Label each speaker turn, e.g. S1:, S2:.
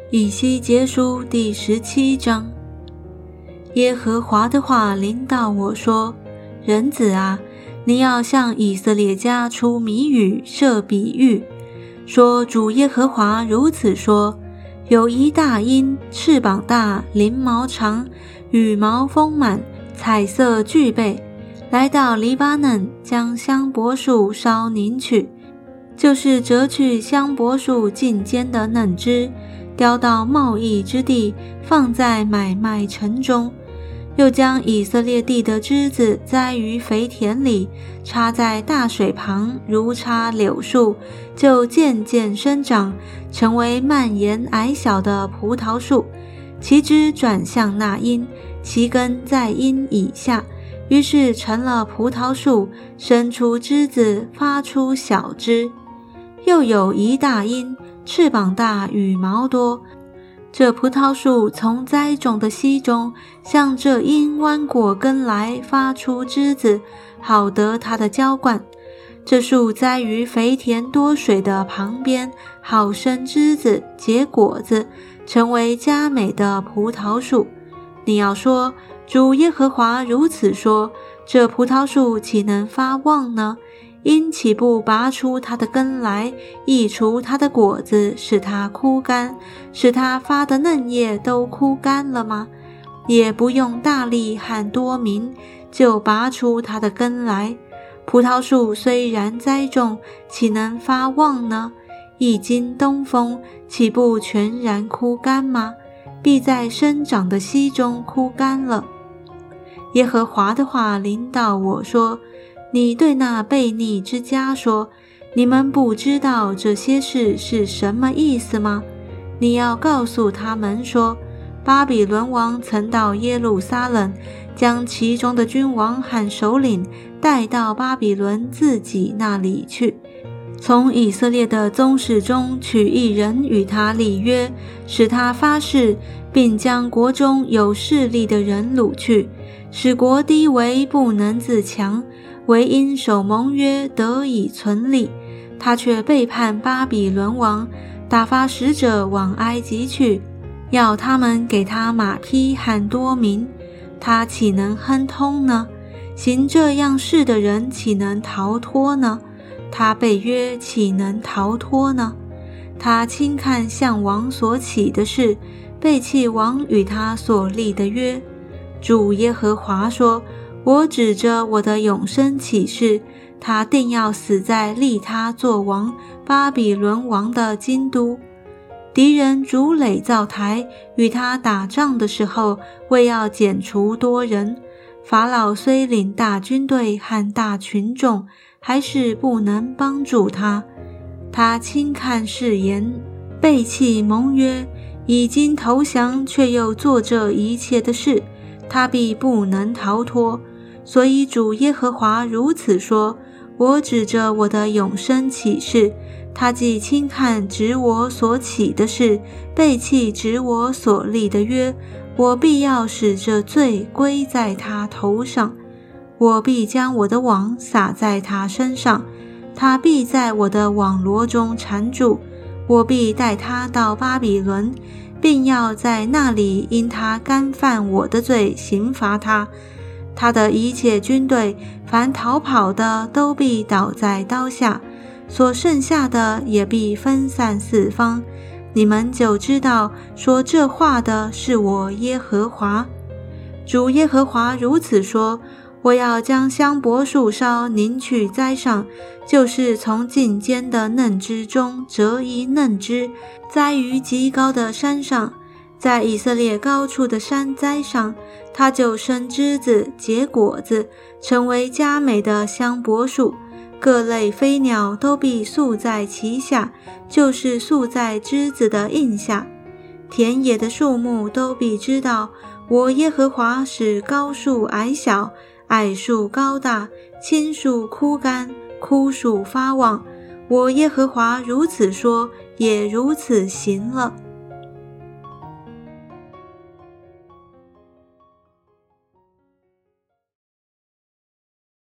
S1: 以西结书第17章。耶和华的话临到我说：人子啊，你要向以色列家出谜语，设比喻，说主耶和华如此说：有一大鹰，翅膀大，翎毛长，羽毛丰满，彩色俱备，来到黎巴嫩，将香柏树烧凝去，就是折去香柏树茎间的嫩枝，叼到贸易之地，放在买卖城中。又将以色列地的枝子栽于肥田里，插在大水旁，如插柳树，就渐渐生长，成为蔓延矮小的葡萄树。其枝转向那阴，其根在阴以下，于是成了葡萄树，生出枝子，发出小枝。又有一大鹰，翅膀大，羽毛多。这葡萄树从栽种的溪中，向这鹰弯过根来，发出枝子，好得它的浇灌。这树栽于肥田多水的旁边，好生枝子，结果子，成为佳美的葡萄树。你要说，主耶和华如此说，这葡萄树岂能发旺呢？鹰岂不拔出它的根来，益除它的果子，使它枯干，使它发的嫩叶都枯干了吗？也不用大力和多民，就拔出它的根来。葡萄树虽然栽种，岂能发旺呢？一经东风，岂不全然枯干吗？必在生长的溪中枯干了。耶和华的话临到我说：你对那悖逆之家说，你们不知道这些事是什么意思吗？你要告诉他们说，巴比伦王曾到耶路撒冷，将其中的君王和首领带到巴比伦自己那里去，从以色列的宗室中取一人与他立约，使他发誓，并将国中有势力的人掳去，使国低微，不能自强，唯因守盟约得以存立。他却背叛巴比伦王，打发使者往埃及去，要他们给他马匹和多民。他岂能亨通呢？行这样事的人岂能逃脱呢？他背约岂能逃脱呢？他轻看向王所起的事，背弃王与他所立的约。主耶和华说：我指着我的永生起誓，他定要死在立他作王巴比伦王的京都。敌人筑垒造台，与他打仗的时候，为要剪除多人。法老虽领大军队和大群众，还是不能帮助他。他轻看誓言，背弃盟约，已经投降，却又做这一切的事，他必不能逃脱。所以主耶和华如此说：我指着我的永生起誓，他既轻看指我所起的事，背弃指我所立的约，我必要使这罪归在他头上。我必将我的网撒在他身上，他必在我的网罗中缠住。我必带他到巴比伦，并要在那里因他干犯我的罪刑罚他。他的一切军队，凡逃跑的都必倒在刀下，所剩下的也必分散四方。你们就知道说这话的是我耶和华。主耶和华如此说：我要将香柏树梢拧去栽上，就是从茎间的嫩枝中折一嫩枝，栽于极高的山上，在以色列高处的山栽上，它就生枝子，结果子，成为佳美的香柏树。各类飞鸟都必宿在其下，就是宿在枝子的荫下。田野的树木都必知道，我耶和华使高树矮小，矮树高大，青树枯干，枯树发旺。我耶和华如此说，也如此行了。